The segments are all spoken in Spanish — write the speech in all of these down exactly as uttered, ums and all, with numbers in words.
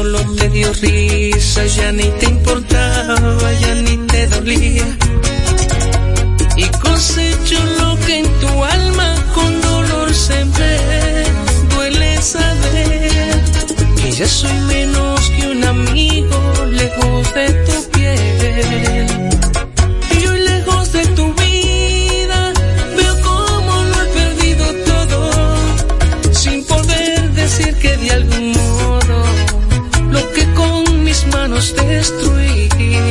solo te dio risa, ya ni te importaba, ya ni te dolía. Y cosecho lo que en tu alma con dolor sembré. Duele saber que ya soy menos que un amigo, lejos de tu piel. Y hoy lejos de tu vida veo cómo lo he perdido todo, sin poder decir que de algún modo lo que con mis manos destruí.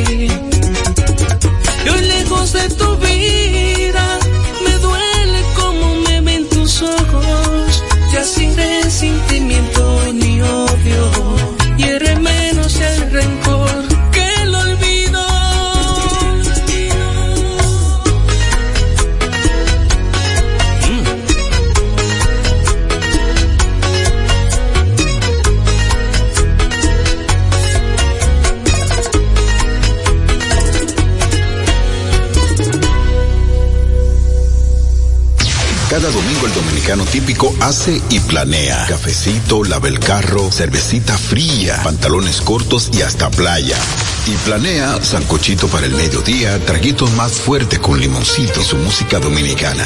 Y hoy lejos de tu vida me duele como me ven tus ojos, ya sin resentimiento ni odio, hiere menos el rencor que el olvido. Mm. Cada domingo el dominicano típico hace y planea. Cafecito, lava el carro, cervecita fría, pantalones cortos y hasta playa. Y planea sancochito para el mediodía, traguitos más fuertes con limoncito y su música dominicana.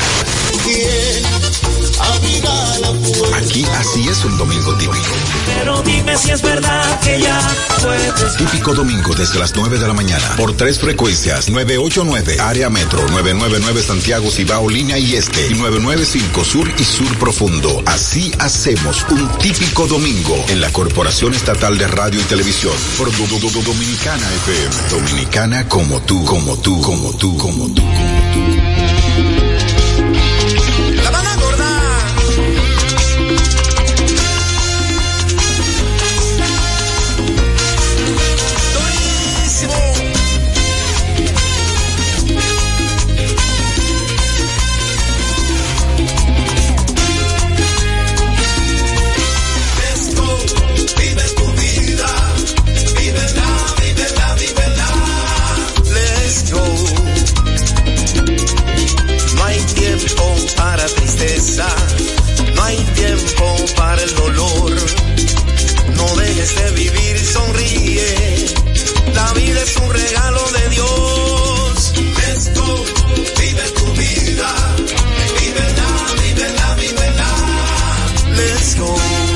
Aquí así es un domingo típico. Pero dime si es verdad que ya puedes. Típico domingo desde las nueve de la mañana por tres frecuencias: nueve ocho nueve área metro, nueve nueve nueve Santiago Cibao línea y este y nueve nueve cinco sur y sur profundo. Así hacemos un típico domingo en la Corporación Estatal de Radio y Televisión por Dominicana F M. Dominicana como tú, como tú, como tú, como tú, como tú. La banda gorda. Para tristeza, no hay tiempo para el dolor. No dejes de vivir, sonríe. La vida es un regalo de Dios. Let's go, vive tu vida. Vívela, vívela, vívela. Let's go.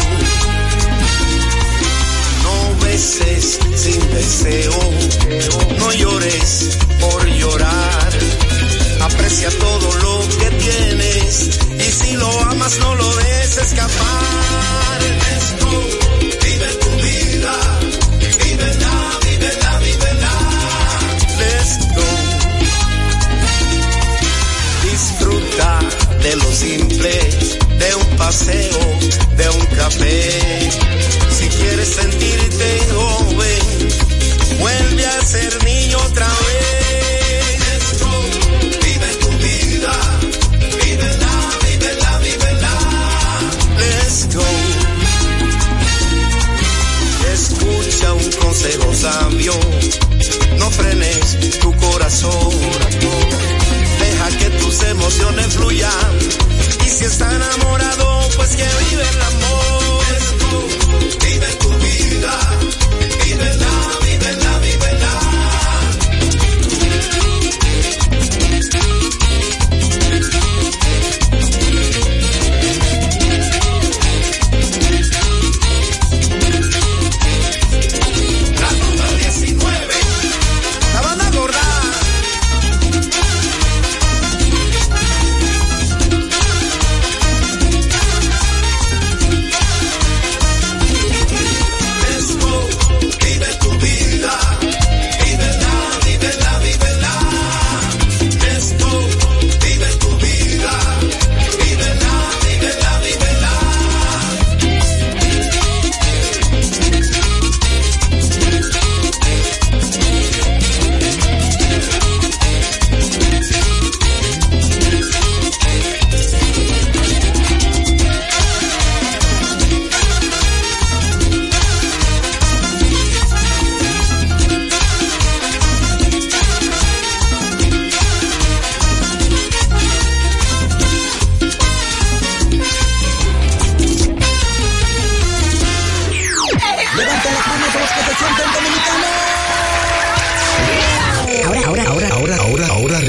No beses sin deseo. No llores por llorar. Aprecia todo lo que tienes y si lo amas no lo dejes escapar. Let's go, vive tu vida, vívela, vívela, vívela. Let's go. Disfruta de lo simple, de un paseo, de un café. Si quieres sentirte joven, vuelve a ser niño otra vez. Escucha un consejo sabio, no frenes tu corazón, deja que tus emociones fluyan, y si está enamorado, pues que vive el amor. Vive tu vida, vívela, vívela, vívela.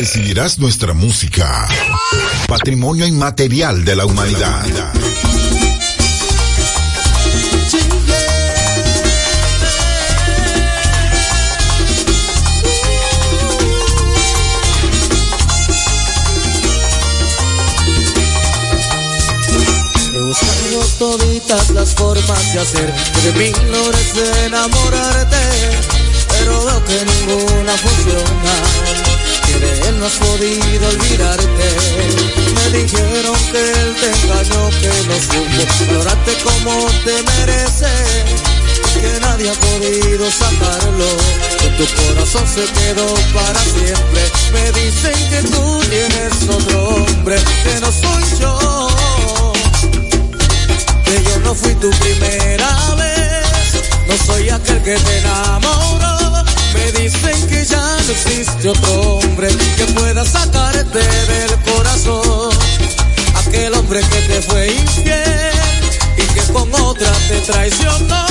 recibirás nuestra música, patrimonio inmaterial de la humanidad. He buscado toditas las formas de hacer de mí logres enamorarte, pero veo que ninguna funciona, que de él no has podido olvidarte. Me dijeron que él te engañó, que no supo valorarte como te mereces, que nadie ha podido sacarlo, que tu corazón se quedó para siempre. Me dicen que tú tienes otro hombre, que no soy yo, que yo no fui tu primera vez, no soy aquel que te enamoró. Me dicen que ya no existe otro hombre que pueda sacarte del corazón, aquel hombre que te fue infiel y que con otra te traicionó.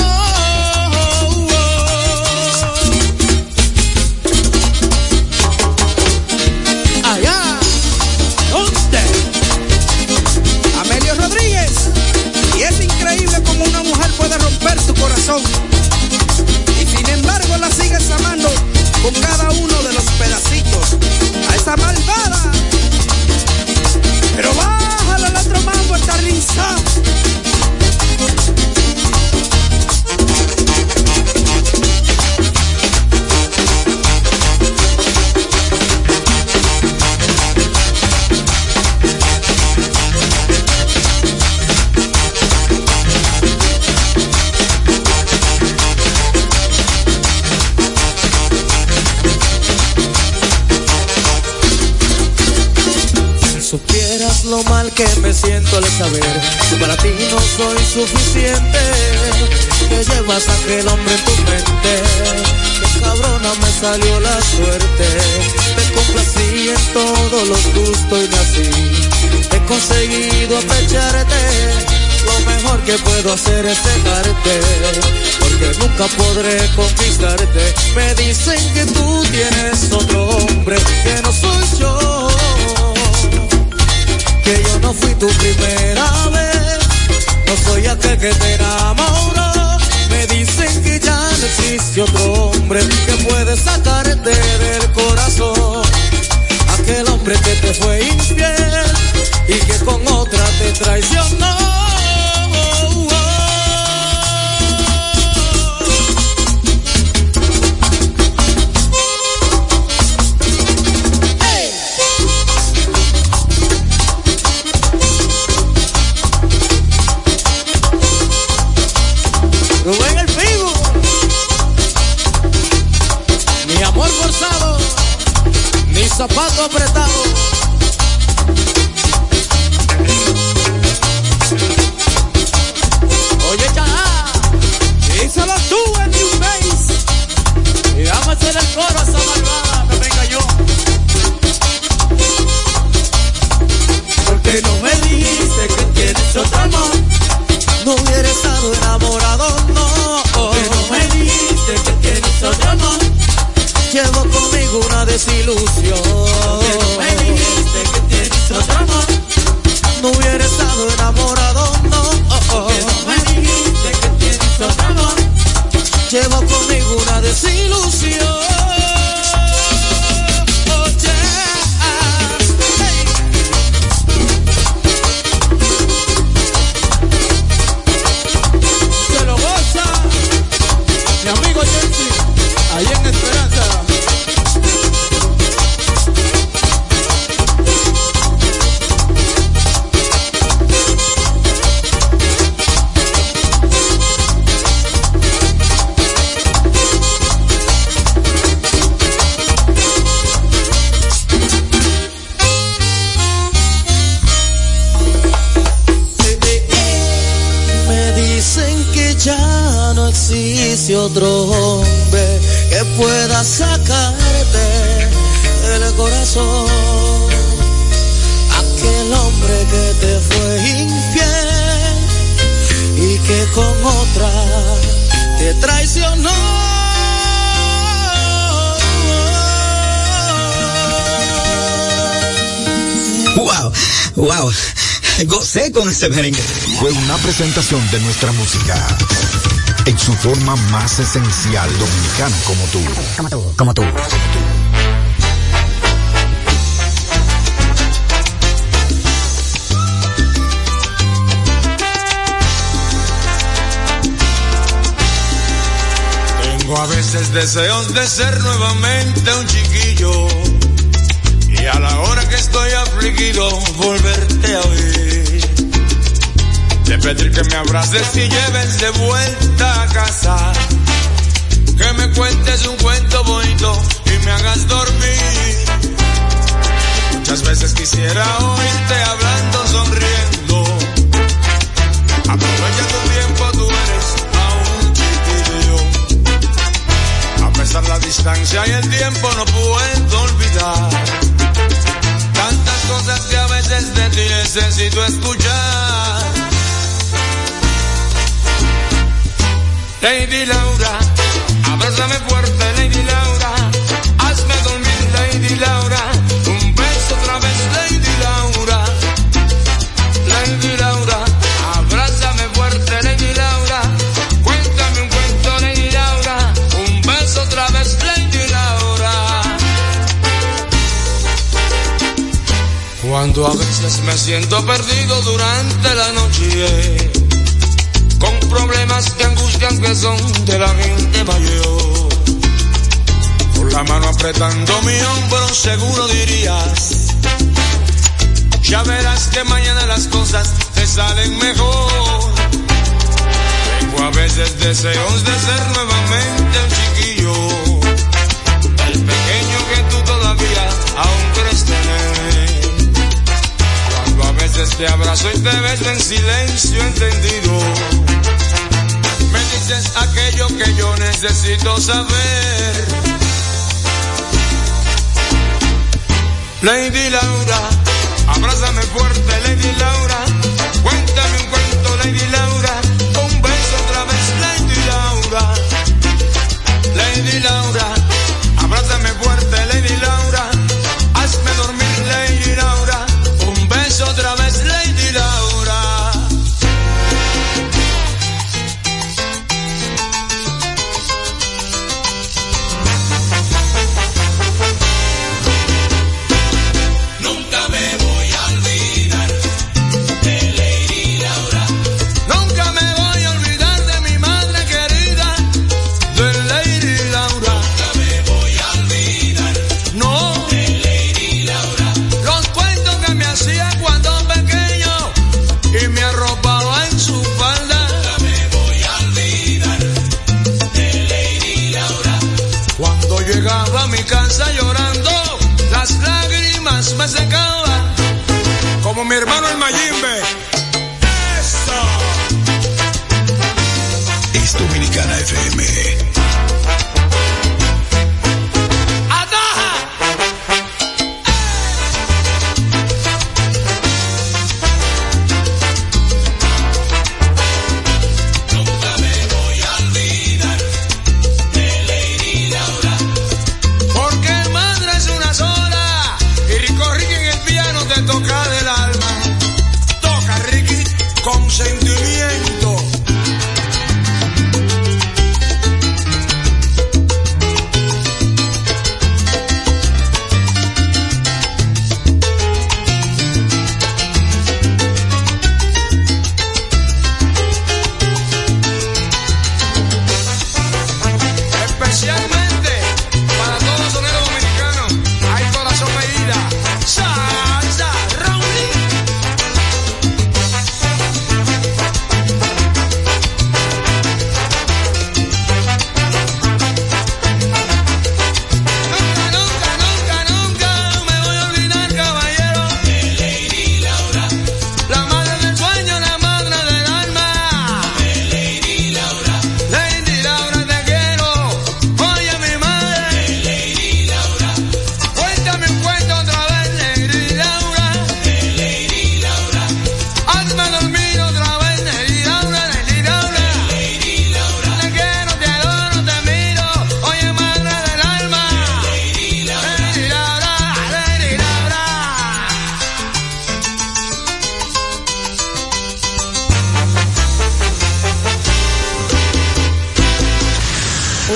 Allá, ¿dónde? Amelio Rodríguez. Y es increíble como una mujer puede romper tu corazón y sin embargo la sigues amando con cada uno de los pedacitos a esa malvada. Pero bájale el otro mambo, está rizado. Supieras lo mal que me siento al saber que para ti no soy suficiente, que llevas a aquel hombre en tu mente, que cabrona me salió la suerte, te complací en todos los gustos y nací, he conseguido apecharte, lo mejor que puedo hacer es dejarte, porque nunca podré conquistarte. Me dicen que tú tienes otro hombre, que no soy yo, que yo no fui tu primera vez, no soy aquel que te enamoró. Me dicen que ya no existe otro hombre que puede sacarte del corazón, aquel hombre que te fue infiel y que con otra te traicionó. Rubén el Figo, ni amor forzado, ni zapato apretado. Oye, chaja, díselo tú en New Base, y vamos a hacer el coro a esa malvada que venga yo. Porque no me dijiste que tienes otro amor, no hubiera estado enamorado, no. Que no me dijiste que tienes otro amor, llevo conmigo una desilusión. Que no me dijiste que tienes otro amor, no hubiera estado enamorado, no. Que no me dijiste que tienes otro amor, llevo conmigo una desilusión. Mi amigo Jensi, ahí en Esperanza. Me dicen que ya no existe otro hombre que pueda sacarte del corazón, aquel hombre que te fue infiel y que con otra te traicionó. Wow, gocé con ese merengue. Fue una presentación de nuestra música en su forma más esencial, dominicano como tú. Como tú, como tú. Tengo a veces deseos de ser nuevamente un chiquillo y a la hora que estoy afligido volverte a oír, de pedir que me abraces y lleves de vuelta a casa, que me cuentes un cuento bonito y me hagas dormir. Muchas veces quisiera oírte hablando, sonriendo. Aprovecha tu tiempo, tú eres aún chiquillo. A pesar de la distancia y el tiempo no puedo olvidar tantas cosas que a veces de ti necesito escuchar. Lady Laura, abrázame fuerte, Lady Laura, hazme dormir, Lady Laura, un beso otra vez, Lady Laura. Lady Laura, abrázame fuerte, Lady Laura, cuéntame un cuento, Lady Laura, un beso otra vez, Lady Laura. Cuando a veces me siento perdido durante la noche, con problemas que angustian que son de la gente mayor, con la mano apretando mi hombro seguro dirías, ya verás que mañana las cosas te salen mejor. Tengo a veces deseos de ser nuevamente un chiquillo, el pequeño que tú todavía aún crees tener. Cuando a veces te abrazo y te beso en silencio entendido, me dices aquello que yo necesito saber. Lady Laura, abrázame fuerte, Lady Laura, cuéntame un cuento, Lady Laura, un beso otra vez, Lady Laura. Lady Laura, abrázame fuerte, Lady Laura, hazme dormir, Lady Laura, un beso otra vez, Lady Laura. Nunca me voy a olvidar de Lady Laura. Nunca me voy a olvidar de mi madre querida, de Lady Laura. Nunca me voy a olvidar No, de Lady Laura. los cuentos que me hacía cuando pequeño y me arropaba en su falda. Nunca me voy a olvidar de Lady Laura. Cuando llegaba a mi casa llorando, las lágrimas me secaban, como mi hermano el Mayimbe. ¡Eso! Es Dominicana F M. ¡Ataja! Nunca me voy a olvidar de Lady Laura. Porque madre es una sola y Rico Ricky en el piano te toca del alma. Toca, Ricky, con sentimiento.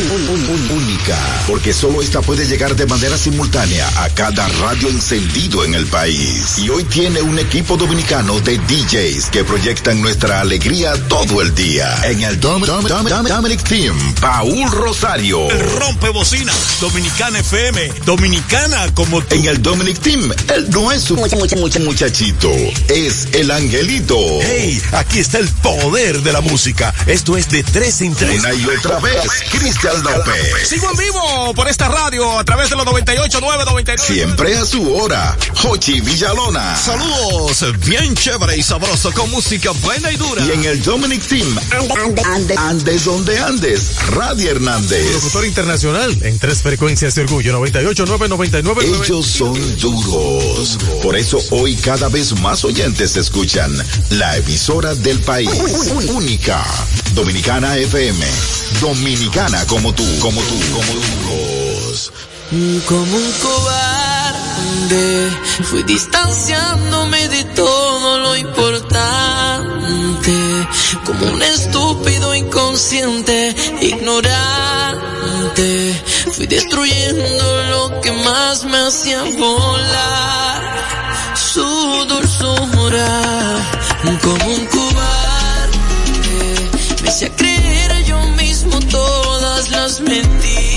única, porque solo esta puede llegar de manera simultánea a cada radio encendido en el país. Y hoy tiene un equipo dominicano de D Js que proyectan nuestra alegría todo el día. En el Dom, Dom, Dom, Dom, Dominic Team, Paul Rosario. El rompe bocina, Dominicana F M, Dominicana como tú. En el Dominic Team, él no es un mucha, mucha, mucha, muchachito, es el angelito. Hey, aquí está el poder de la música. Esto es de tres en tres. Una y otra vez, Cristian López. Sigo en vivo por esta radio a través de los noventa y ocho nueve noventa y nueve. Siempre a su hora, Jochi Villalona. Saludos, bien chévere y sabroso con música buena y dura. Y en el Dominic Team, ande, ande, andes donde andes, Radio Hernández. Locutor internacional en tres frecuencias de orgullo, noventa y ocho nueve noventa y nueve. Ellos son duros. Por eso hoy cada vez más oyentes escuchan la emisora del país. Única. Dominicana F M. Dominicana como tú, como tú, como tú. Como un cobarde, fui distanciándome de todo lo importante. Como un estúpido inconsciente, ignorante. Fui destruyendo lo que más me hacía volar. Su dulzura, como un cobarde, me hacía creer yo mismo todas las mentiras,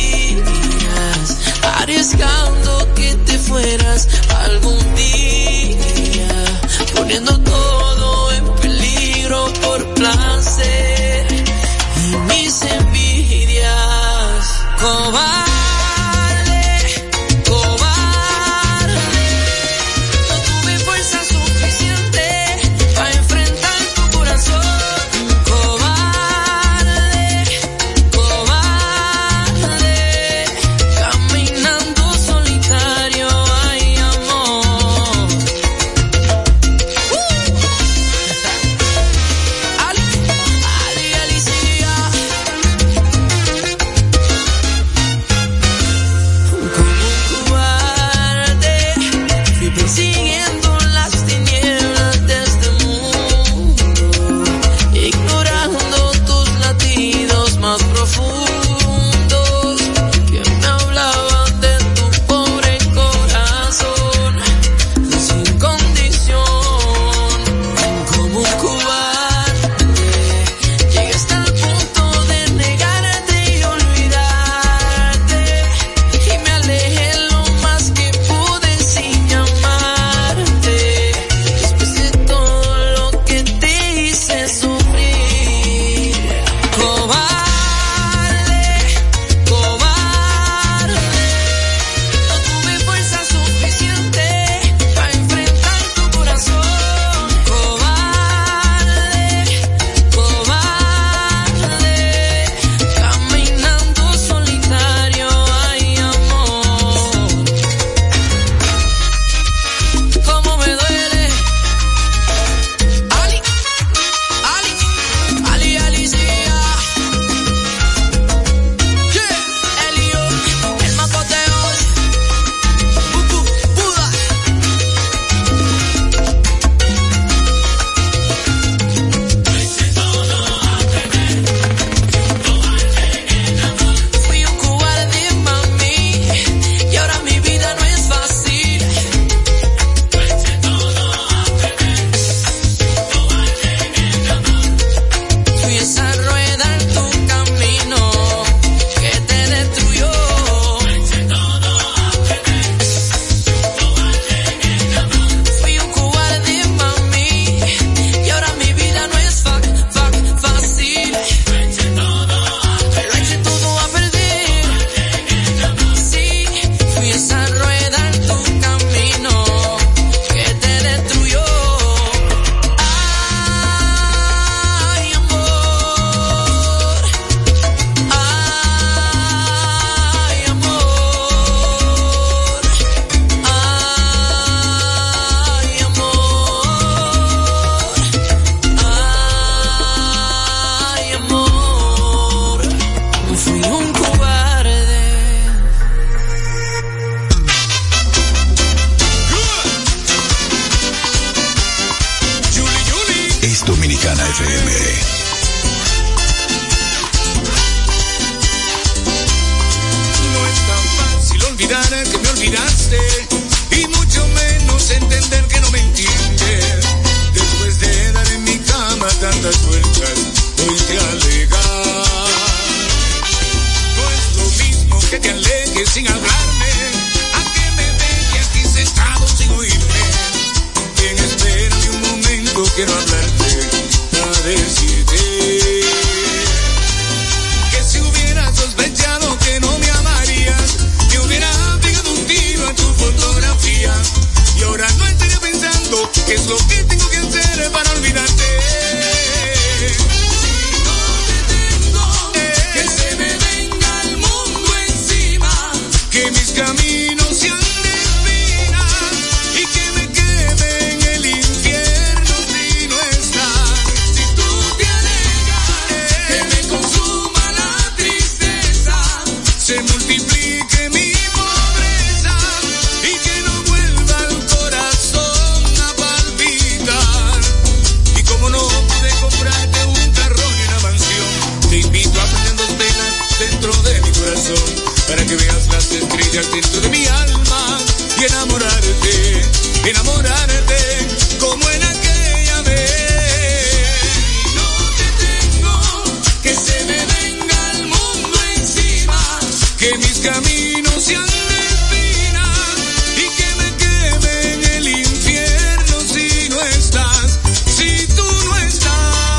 arriesgando que te fueras algún día, poniendo todo en peligro por placer y mis envidias. Cobarde. caminos sean de espina y que me queme en el infierno si no estás, si tú no estás.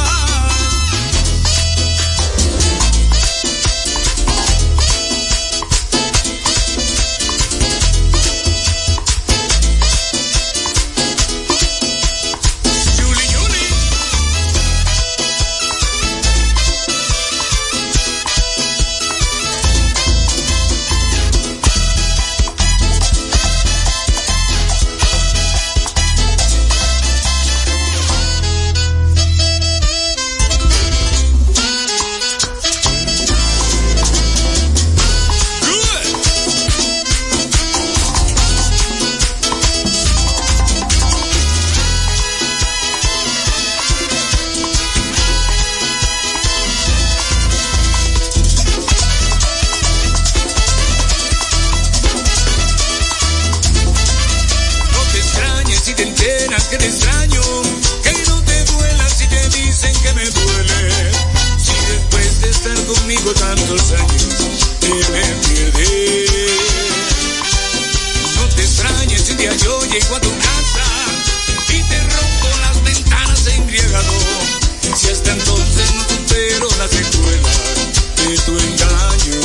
Que te extraño, que no te duela si te dicen que me duele. Si después de estar conmigo tantos años te me pierdes. No te extrañes si un día yo llego a tu casa y te rompo las ventanas embriagado. Si hasta entonces no supero las secuelas de tu engaño.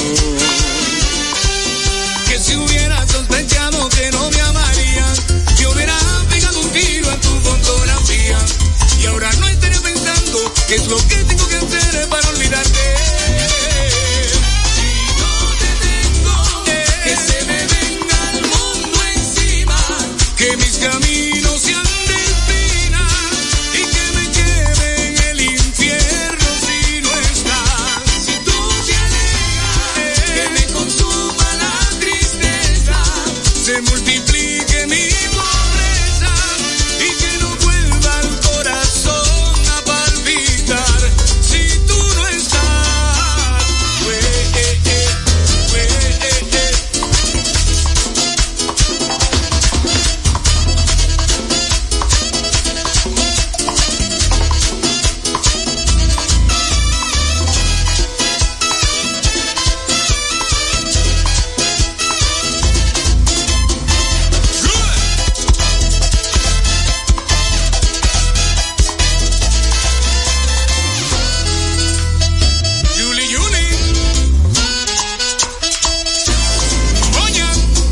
Que si hubiera sospechado que no me amarías, yo hubiera pegado un tiro a tu fotografía y ahora no estaría pensando qué es lo que tengo que hacer para olvidarte. Si no te tengo, que se me venga el mundo encima, que mis caminos sean de espina y que me queme en el infierno si no estás. Si tú te alejas, que me consuma la tristeza, se multiplique mi pobreza y que no vuelva el corazón a palpitar si tú no estás. Ue, eh, eh, ue, eh, eh. Julie, Julie. Moña.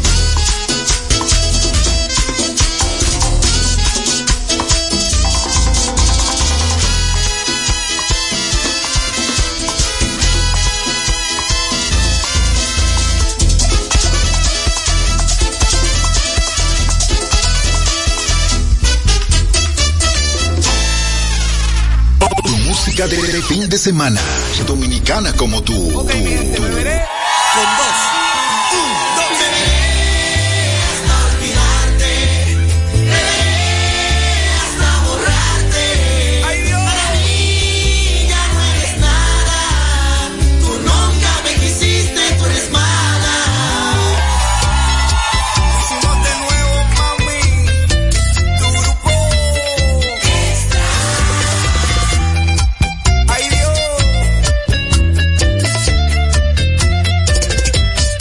Tu música de, de fin de semana, dominicana como tú. Ok, tú, mi gente, tú. volveré con dos. Un, dos. Ay, Dios. Hicimos de nuevo, mami. Tu grupo. Ay, Dios.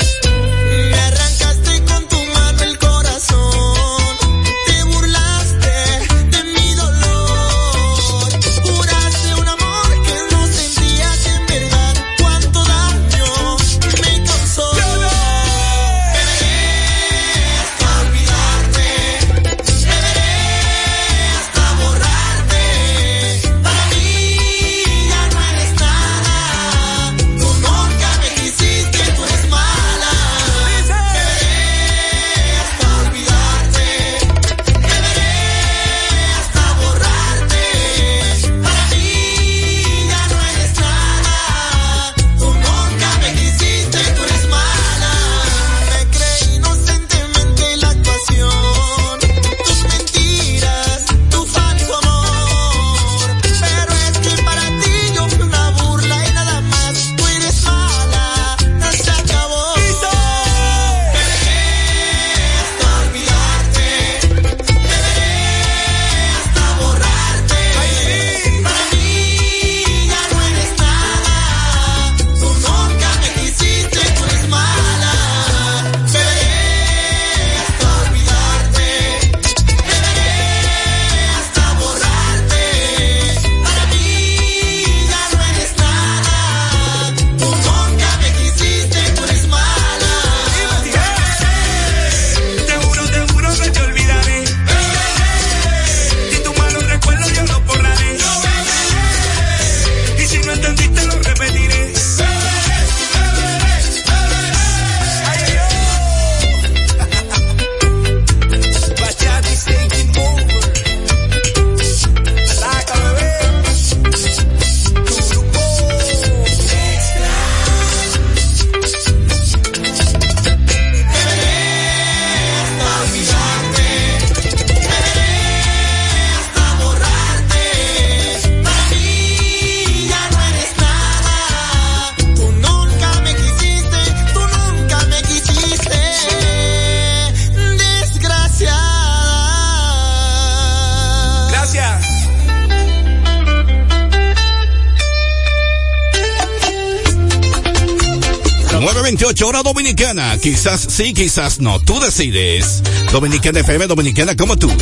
veintiocho, hora dominicana. Quizás sí, quizás no. Tú decides. Dominicana F M, dominicana como tú.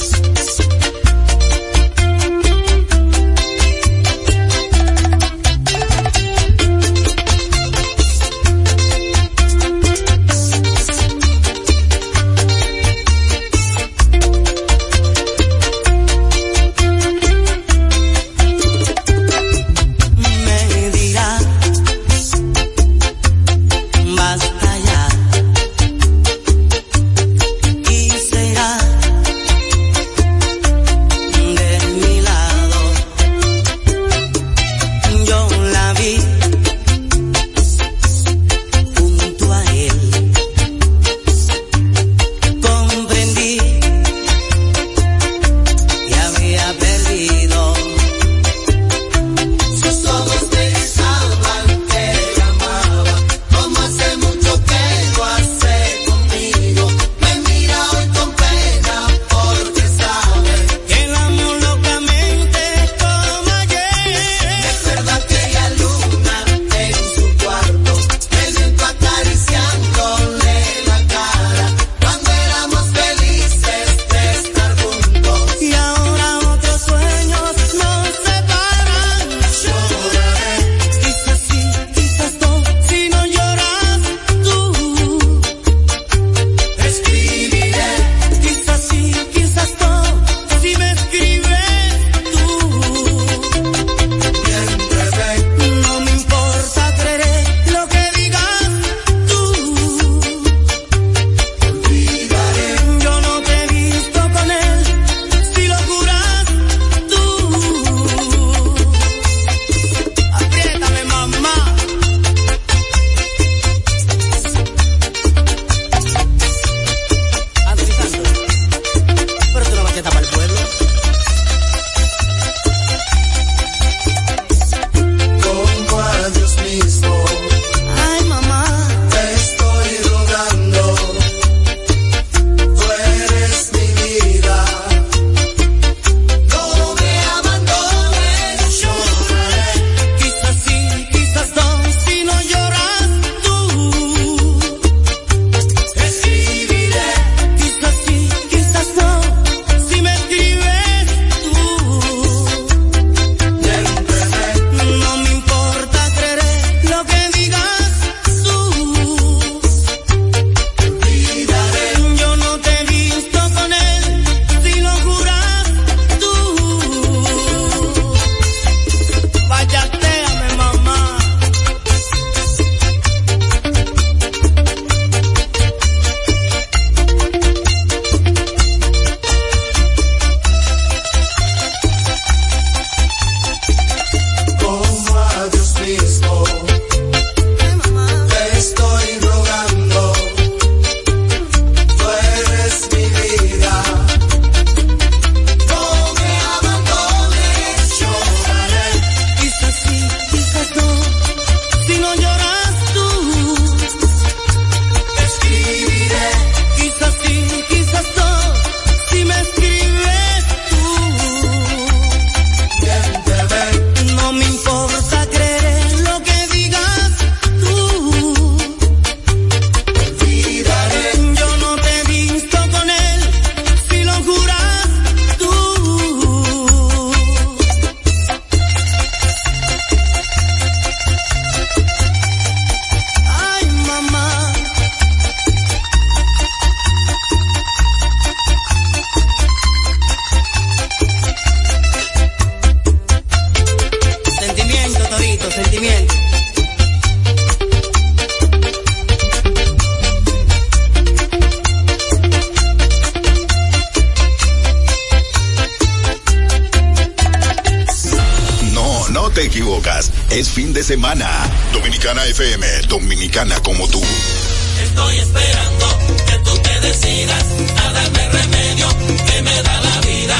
Es fin de semana. Dominicana F M, dominicana como tú. Estoy esperando que tú te decidas a darme remedio que me da la vida.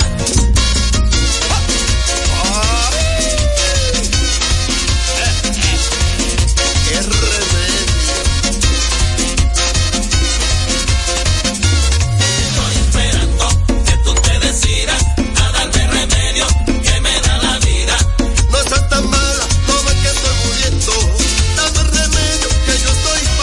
¡Qué remedio! Estoy esperando que tú te decidas a darme remedio que me da la vida. No estás tan mala, no ves que estoy muriendo. Dame remedio que yo estoy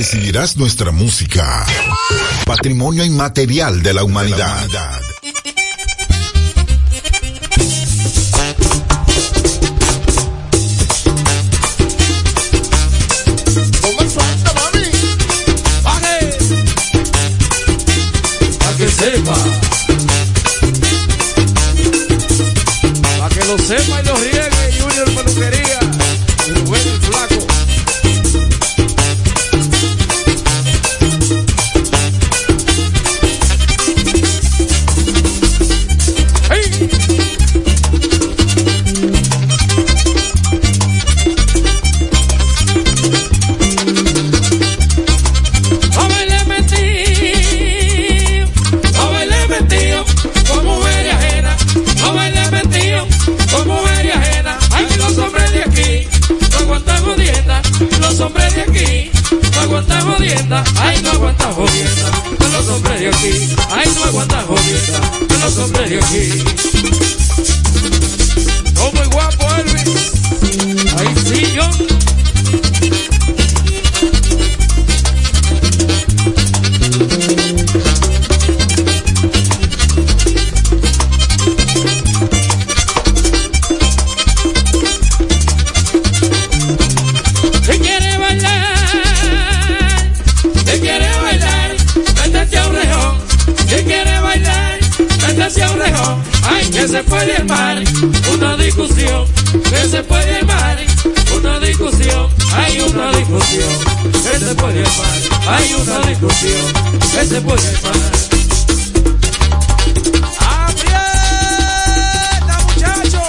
Decidirás nuestra música. Patrimonio inmaterial de la humanidad. Sepa, para que lo sepa y lo riegue, Junior Peluquería, el buen y flaco. ¡Hey! Los hombres de aquí no aguantan jodienda, ay no aguantan jodienda, que los hombres de aquí, ay no aguantan jodienda, que los hombres de aquí. No muy guapo Elvis, ay sí yo. Ay, que se puede armar una discusión, que se puede armar una discusión, hay una discusión, que se puede armar, hay una discusión, que se puede armar. ¡Aprieta, muchachos!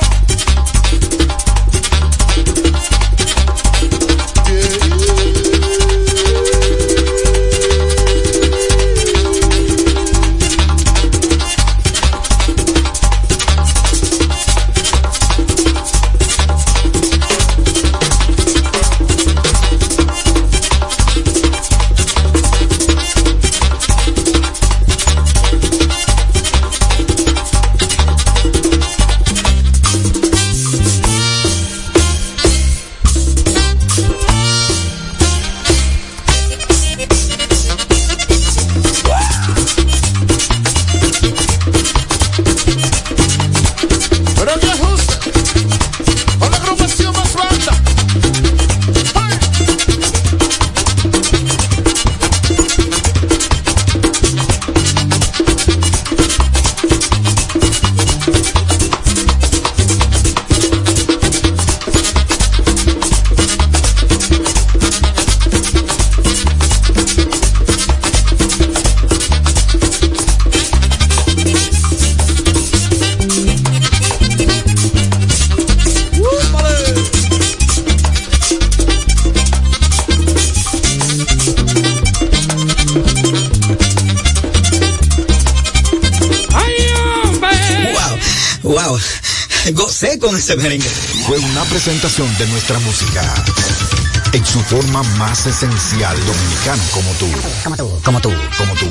Gocé con ese merengue. Fue una presentación de nuestra música en su forma más esencial, dominicano como tú. Como tú, como tú, como tú.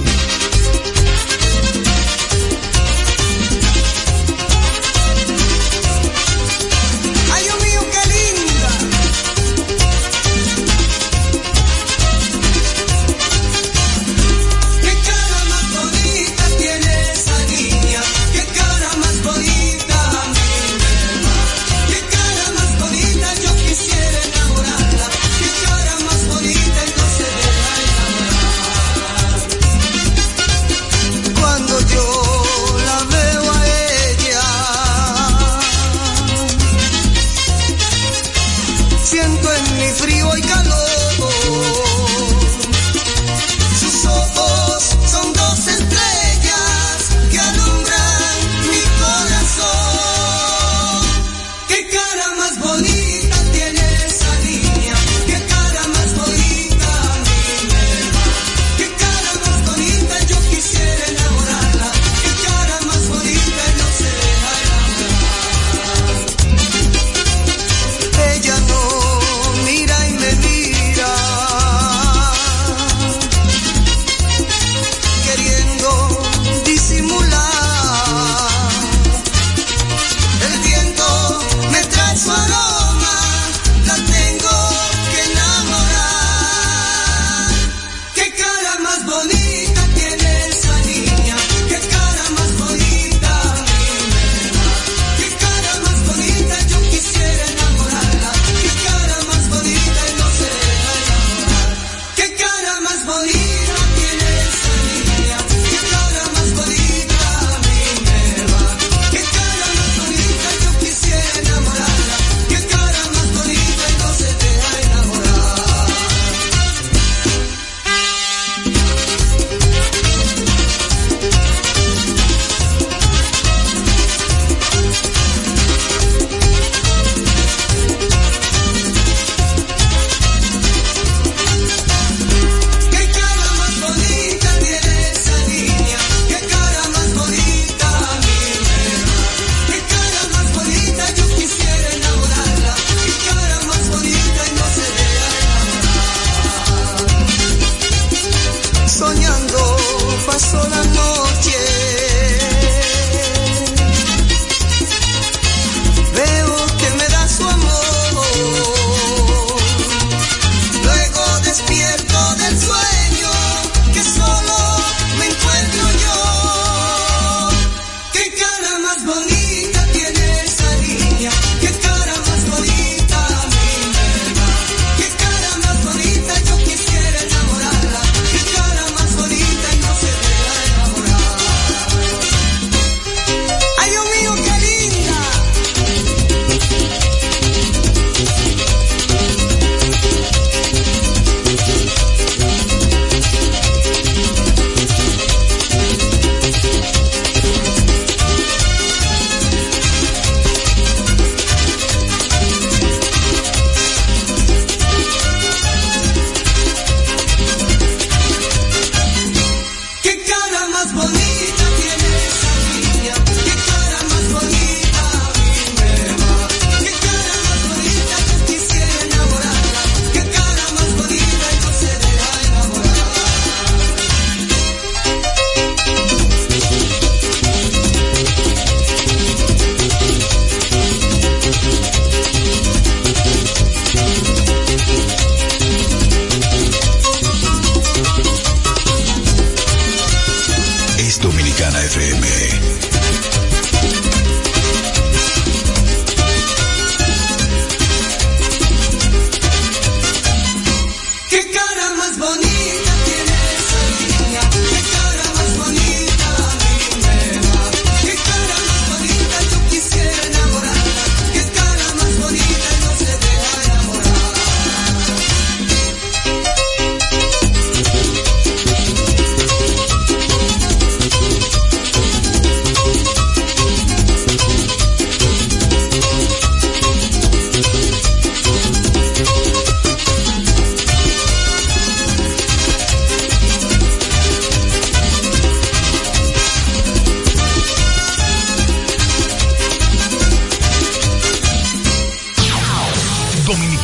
Ay, Dios mío, qué linda. Qué cara más bonita tiene esa niña. Qué cara más bonita.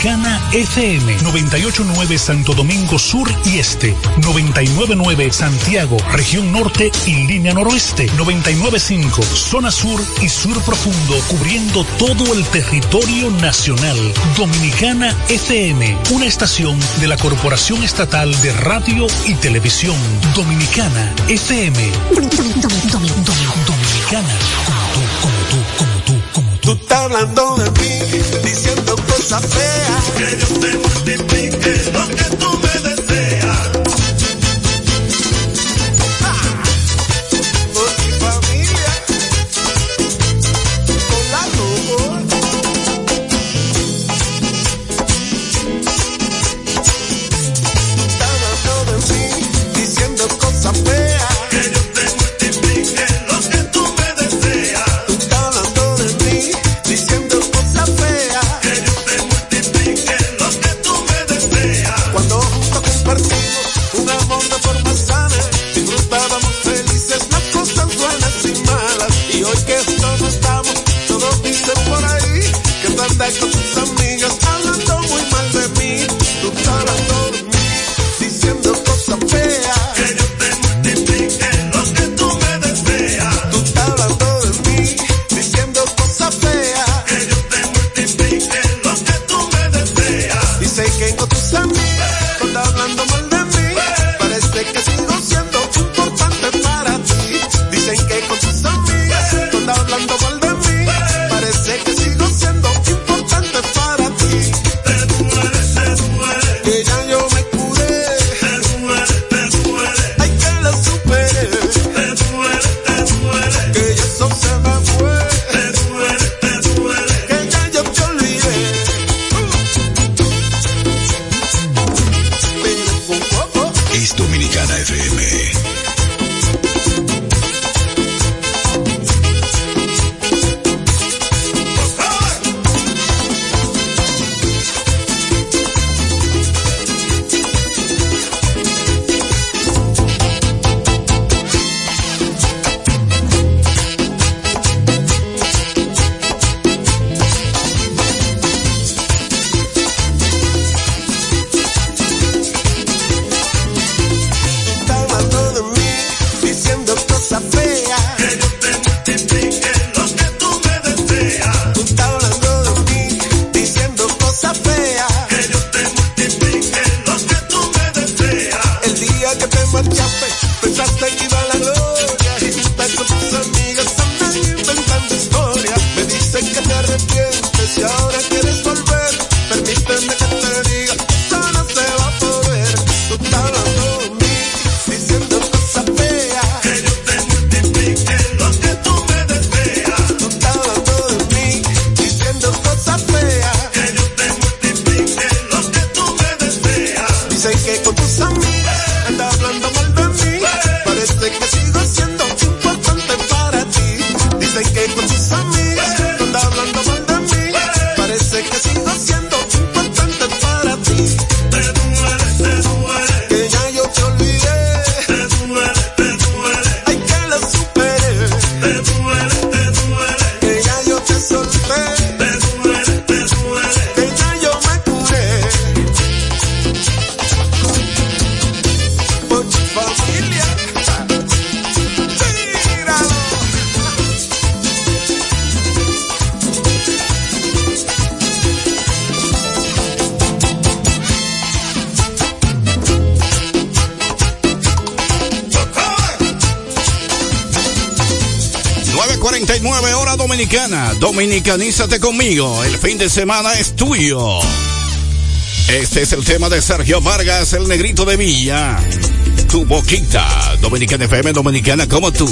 Dominicana F M, noventa y ocho punto nueve Santo Domingo Sur y Este, noventa y nueve punto nueve Santiago, región norte y línea noroeste, noventa y nueve punto cinco zona sur y sur profundo, cubriendo todo el territorio nacional. Dominicana F M, una estación de la Corporación Estatal de Radio y Televisión. Dominicana F M. Dominicana, como tú, como tú, como tú, como tú. Tú estás hablando de mí, diciendo cosas feas. Que yo te multiplique lo que tú me deseas. ¡Ah! Por mi familia, con la lobo. Tú estás hablando de mí, diciendo cosas feas. Que yo te multiplique lo que tú me deseas. Tú estás hablando de mí, diciendo cosas feas. Que yo te multiplique lo que tú me deseas. Cuando juntos compartimos un amor de forma sana, disfrutábamos felices las cosas buenas y malas. Y hoy que juntos no estamos, todos dicen por ahí que tú andas con tus amigas hablando muy mal de mí. Tú estás hablando de mí, diciendo cosas feas. Que yo te multiplique lo que tú me deseas. Tú estás hablando de mí, diciendo cosas feas. Que yo te multiplique lo que tú me deseas. Dice que con tus amigas, cuando hablando mal de mí, parece que sigo siendo importante para ti. Dicen que con tus amigas, cuando hablando mal de mí, parece que sigo siendo importante para ti. Te duele, te duele, que ya yo me curé. Te duele, te duele, ay que lo superé. Te duele, te duele, que ya eso se me fue. Te duele, te duele, que ya yo te olvidé. Pero con poco. Es Dominicana F M. Está hablando de mí, diciendo cosas feas. Que yo te multiplique lo que tú me deseas. Tú estás hablando de mí, diciendo cosas feas. Que yo te multiplique lo que tú me deseas. El día que te marchaste, pensaste que iba a la gloria. Y tú estás con tus amigas, andan inventando historias. Me dicen que te arrepientes y ahora quieres volver. Permíteme que te diga, eso no se va a poder. Tú estás hablando de mí, diciendo cosas feas. Que yo te multiplique lo que tú me deseas. Tú estás hablando de mí, diciendo cosas feas. Que yo te multiplique lo que tú me deseas. Dicen que con tus amigas anda hablando mal de mí. Parece que sigo siendo importante para ti. Dicen que con tus amigas anda hablando mal de mí. Parece que sigo siendo importante para ti. Te duele, te duele, que ya yo te olvidé. Te duele, te duele, ay que lo superé. Te duele, te duele, que ya yo te solté. Te duele, te duele, que ya yo me curé. Por tu familia, tíralo. nueve cuarenta y nueve hora dominicana. Dominicanízate conmigo. El fin de semana es tuyo. Este es el tema de Sergio Vargas, el negrito de Villa. Tu boquita. Dominicana F M, dominicana como tú.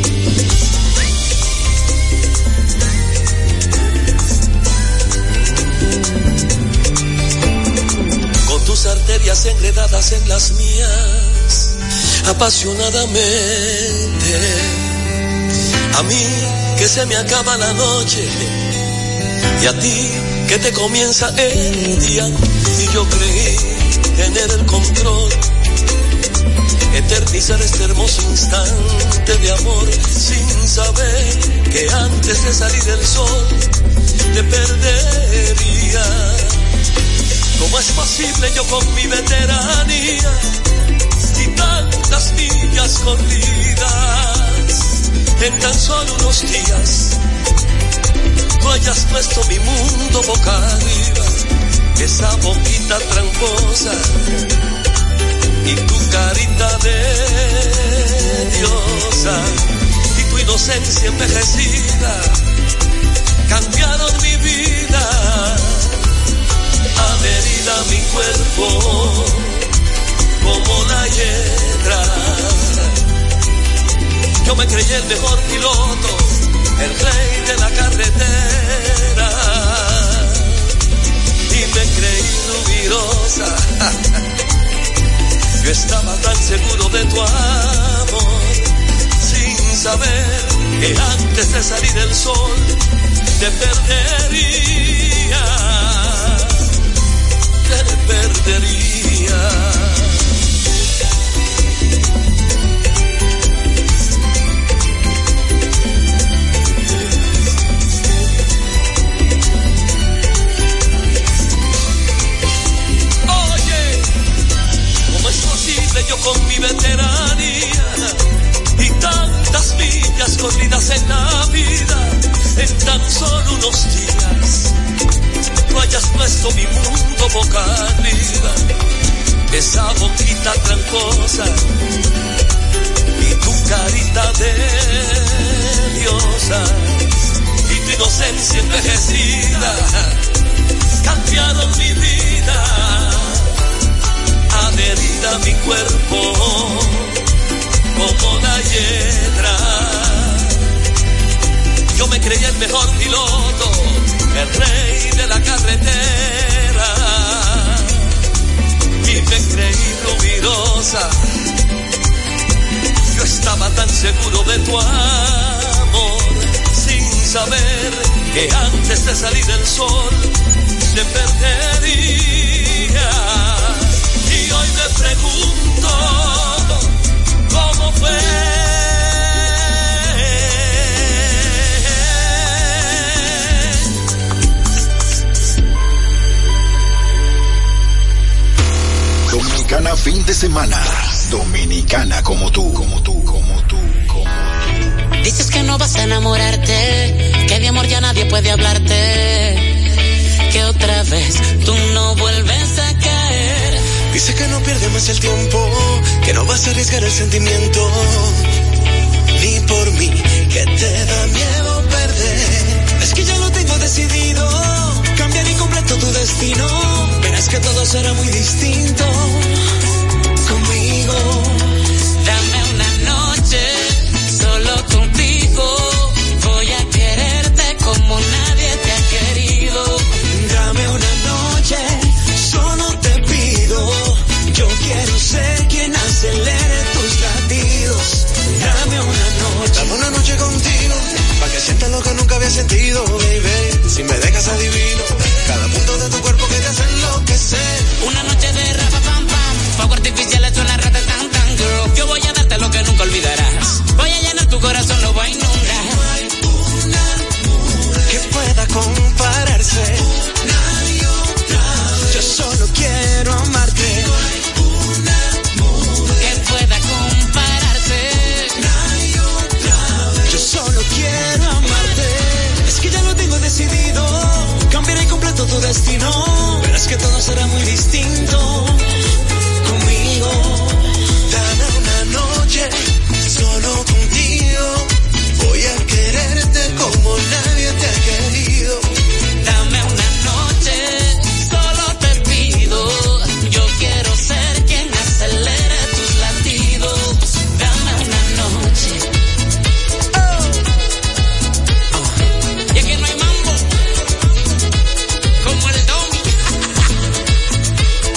Con tus arterias enredadas en las mías, apasionadamente. A mí que se me acaba la noche y a ti que te comienza el día. Y yo creí tener el control, eternizar este hermoso instante de amor, sin saber que antes de salir el sol te perdería. yo con mi veteranía y tantas millas corridas, en tan solo unos días tú hayas puesto mi mundo boca arriba. Esa boquita tramposa y tu carita de diosa y tu inocencia envejecida cambiaron mi vida, adherida a mi cuerpo como la hiedra. Yo me creí el mejor piloto, el rey de la carretera, y me creí nubirosa. Yo estaba tan seguro de tu amor, sin saber que antes de salir el sol te perdería, te perdería. Yo con mi veteranía y tantas millas corridas en la vida, en tan solo unos días tú hayas puesto mi mundo boca arriba. Esa boquita tramposa y tu carita de diosa y tu inocencia envejecida cambiaron mi vida, adherida a mi cuerpo como la hiedra. Yo me creía el mejor piloto, el rey de la carretera, y me creí rubirosa. Yo estaba tan seguro de tu amor, sin saber que antes de salir el sol te perdería. Y hoy me pregunto cómo fue. Dominicana fin de semana. Dominicana como tú, como tú, como tú, como tú. Dices que no vas a enamorarte, que de amor ya nadie puede hablarte, que otra vez tú no vuelves a caer. Dice que no pierde más el tiempo, que no vas a arriesgar el sentimiento, ni por mí, que te da miedo perder. Es que ya lo tengo decidido, cambiar y completo tu destino. Verás que todo será muy distinto conmigo. Dame una noche, solo contigo, voy a quererte como nadie te ha querido. Dame una noche, solo te pido, yo quiero ser quien acelere tus latidos. Dame una noche, dame una noche contigo, pa' que sientas lo que nunca había sentido, baby. Si me dejas adivino, cada punto de tu cuerpo que te hace enloquecer. Una noche de rapa pam pam, fuego artificial es una rata tan tan girl. Yo voy a darte lo que nunca olvidarás, voy a llenar tu corazón, lo voy a inundar. No hay una mujer que pueda compararse, nadie otra vez. Yo solo quiero amarte. No hay una mujer que pueda compararse, nadie otra vez. Yo solo quiero amarte. Es que ya lo tengo decidido, cambiaré completo tu destino. Verás que todo será muy distinto conmigo. Dame una noche, solo contigo, voy a quererte como nadie te ha querido. Dame una noche, solo te pido, yo quiero ser quien acelere tus latidos. Dame una noche. Oh. Oh. Y aquí no hay mambo como el Domi.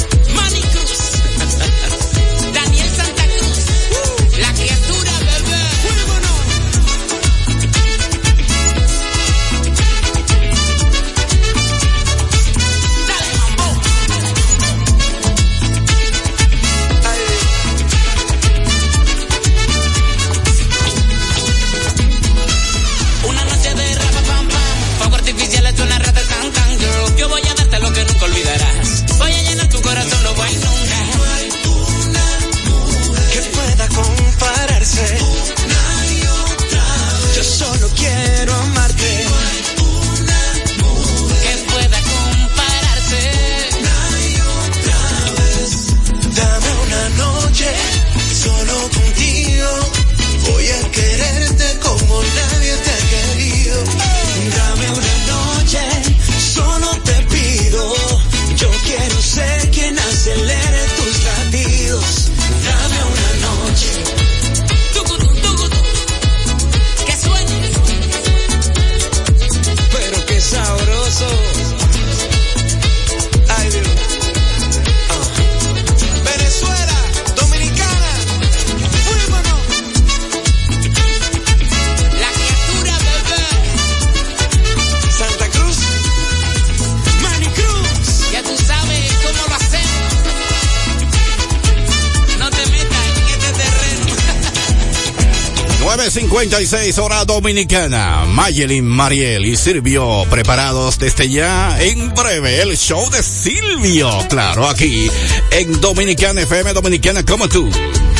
nueve cincuenta y seis, hora dominicana. Mayelin, Mariel y Silvio preparados desde ya. En breve, el show de Silvio. Claro, aquí en Dominicana F M, Dominicana como tú.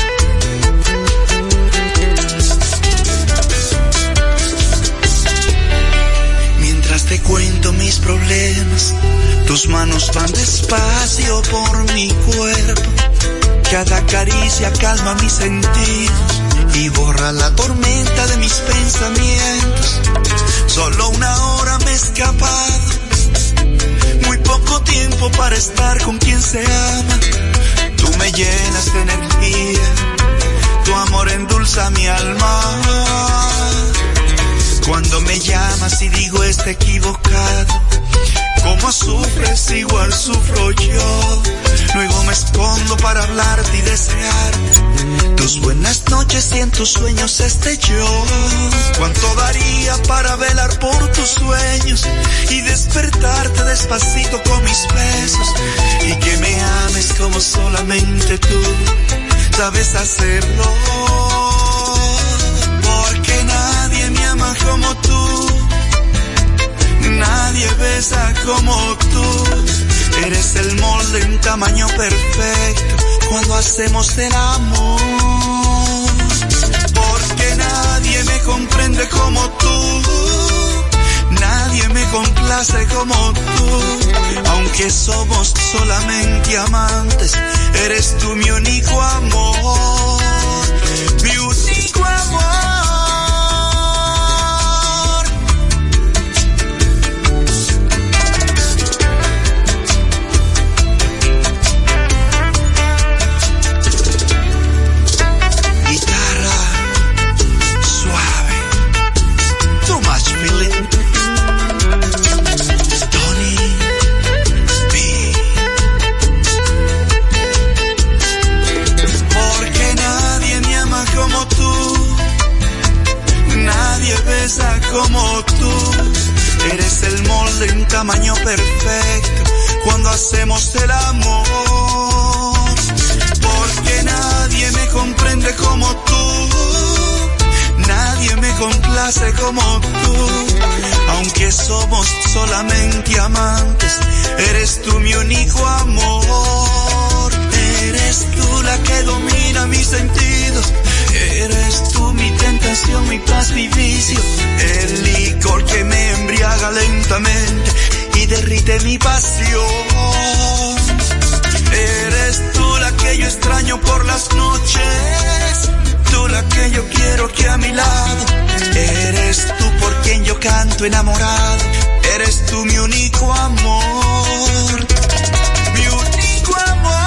Mientras te cuento mis problemas, tus manos van despacio por mi cuerpo. Cada caricia calma mis sentidos y borra la tormenta de mis pensamientos. Solo una hora me he escapado, muy poco tiempo para estar con quien se ama. Tú me llenas de energía, tu amor endulza mi alma. Cuando me llamas y digo está equivocado, como sufres igual sufro yo. Luego me escondo para hablarte y desearte tus buenas noches y en tus sueños esté yo. Cuánto daría para velar por tus sueños y despertarte despacito con mis besos, y que me ames como solamente tú sabes hacerlo. Porque nadie me ama como tú, nadie besa como tú. Eres el molde en tamaño perfecto cuando hacemos el amor. Porque nadie me comprende como tú, nadie me complace como tú. Aunque somos solamente amantes, eres tú mi único amor, mi único amor. Como tú, eres el molde en tamaño perfecto cuando hacemos el amor. Porque nadie me comprende como tú, nadie me complace como tú. Aunque somos solamente amantes, eres tú mi único amor. Eres tú la que domina mis sentidos, eres tú mi tentación, mi paz, mi vicio, el licor que me embriaga lentamente y derrite mi pasión. Eres tú la que yo extraño por las noches, tú la que yo quiero que a mi lado. Eres tú por quien yo canto enamorado, eres tú mi único amor, mi único amor.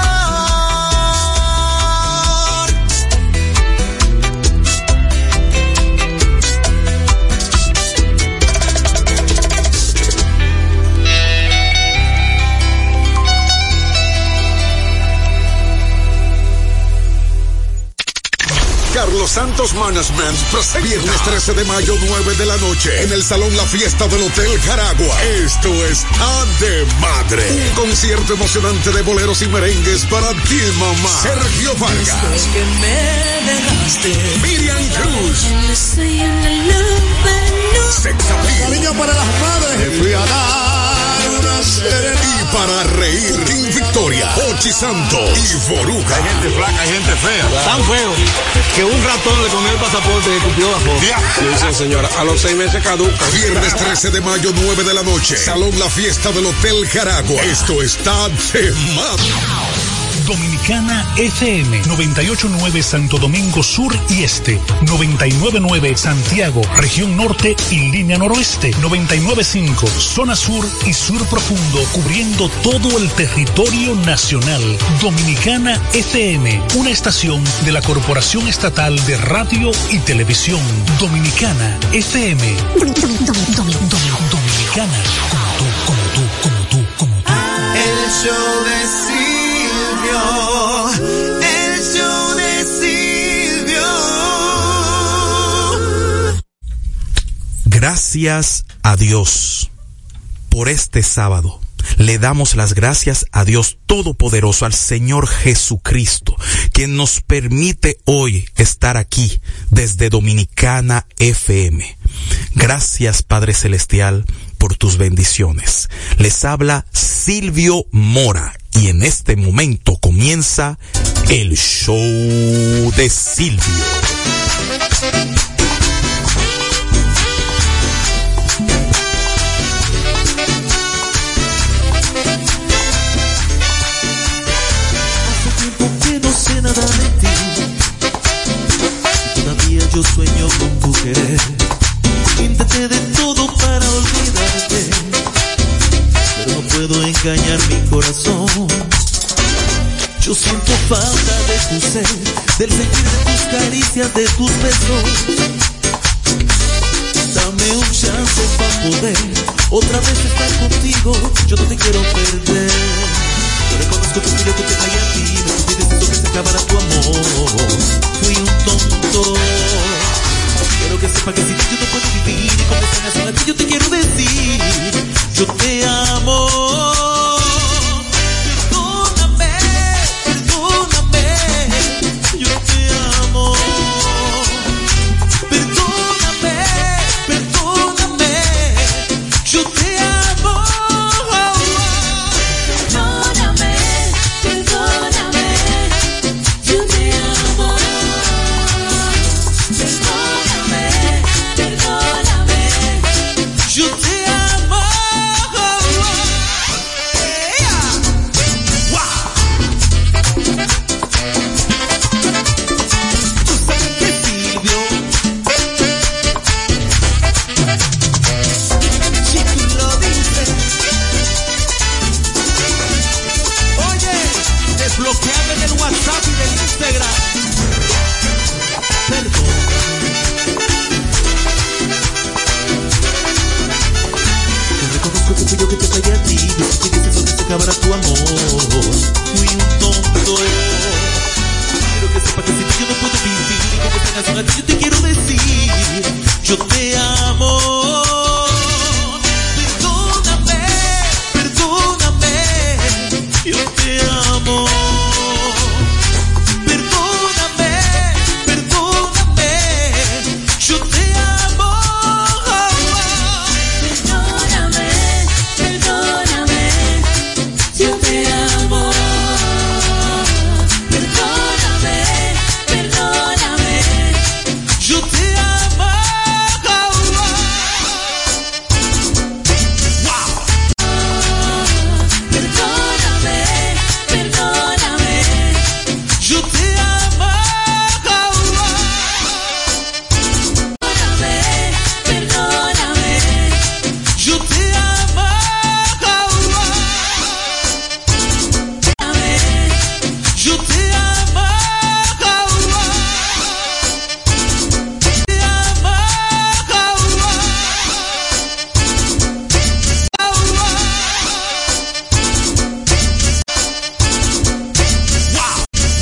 Carlos Santos Management presenta viernes trece de mayo, nueve de la noche, en el Salón La Fiesta del Hotel Jaragua. Esto está de madre. Un concierto emocionante de boleros y merengues para ti, mamá. Sergio Vargas. Después que me dejaste, Miriam Cruz. estoy en la luz. Sexapil. Cariño para las madres. Te fui a dar una serenata. Y para reír, King Victoria, Ochi Santos y Boruga. Hay gente flaca, hay gente fea. Tan feo que un ratón le comió el pasaporte y cumplió la foto. Sí, sí, señora. A los seis meses caduca. Viernes trece de mayo, nueve de la noche. Salón La Fiesta del Hotel Jaragua. Esto está de madre. Dominicana F M noventa y ocho punto nueve Santo Domingo Sur y Este, noventa y nueve punto nueve Santiago, región norte y línea noroeste, noventa y nueve punto cinco zona sur y sur profundo, cubriendo todo el territorio nacional. Dominicana F M, una estación de la Corporación Estatal de Radio y Televisión. Dominicana F M. Dominicana, como tú, como tú, como tú, como tú. El show de Silvio, el show de Silvio. Gracias a Dios por este sábado. le damos las gracias a Dios Todopoderoso, al Señor Jesucristo, quien nos permite hoy estar aquí desde Dominicana F M. Gracias, Padre Celestial, por tus bendiciones. Les habla Silvio Mora y en este momento comienza el show de Silvio. Nada de ti, todavía yo sueño con tu querer. Intenté de todo para olvidarte, pero no puedo engañar mi corazón. Yo siento falta de tu ser, del sentir de tus caricias, de tus besos. Dame un chance para poder otra vez estar contigo. Yo no te quiero perder. Yo reconozco que fui yo que te fallé a ti. Me pides que se acabara tu amor. Fui un tonto. Quiero que sepa que sin ti yo no puedo vivir. Y con esta canción a ti yo te quiero decir: yo te amo. Perdóname, perdóname. Yo te amo. Perdóname, perdóname. Yo te amo. Acabará tu amor. Fui un tonto. Quiero que sepa que sin ti yo no puedo vivir. Como tengas una ti yo te quiero decir: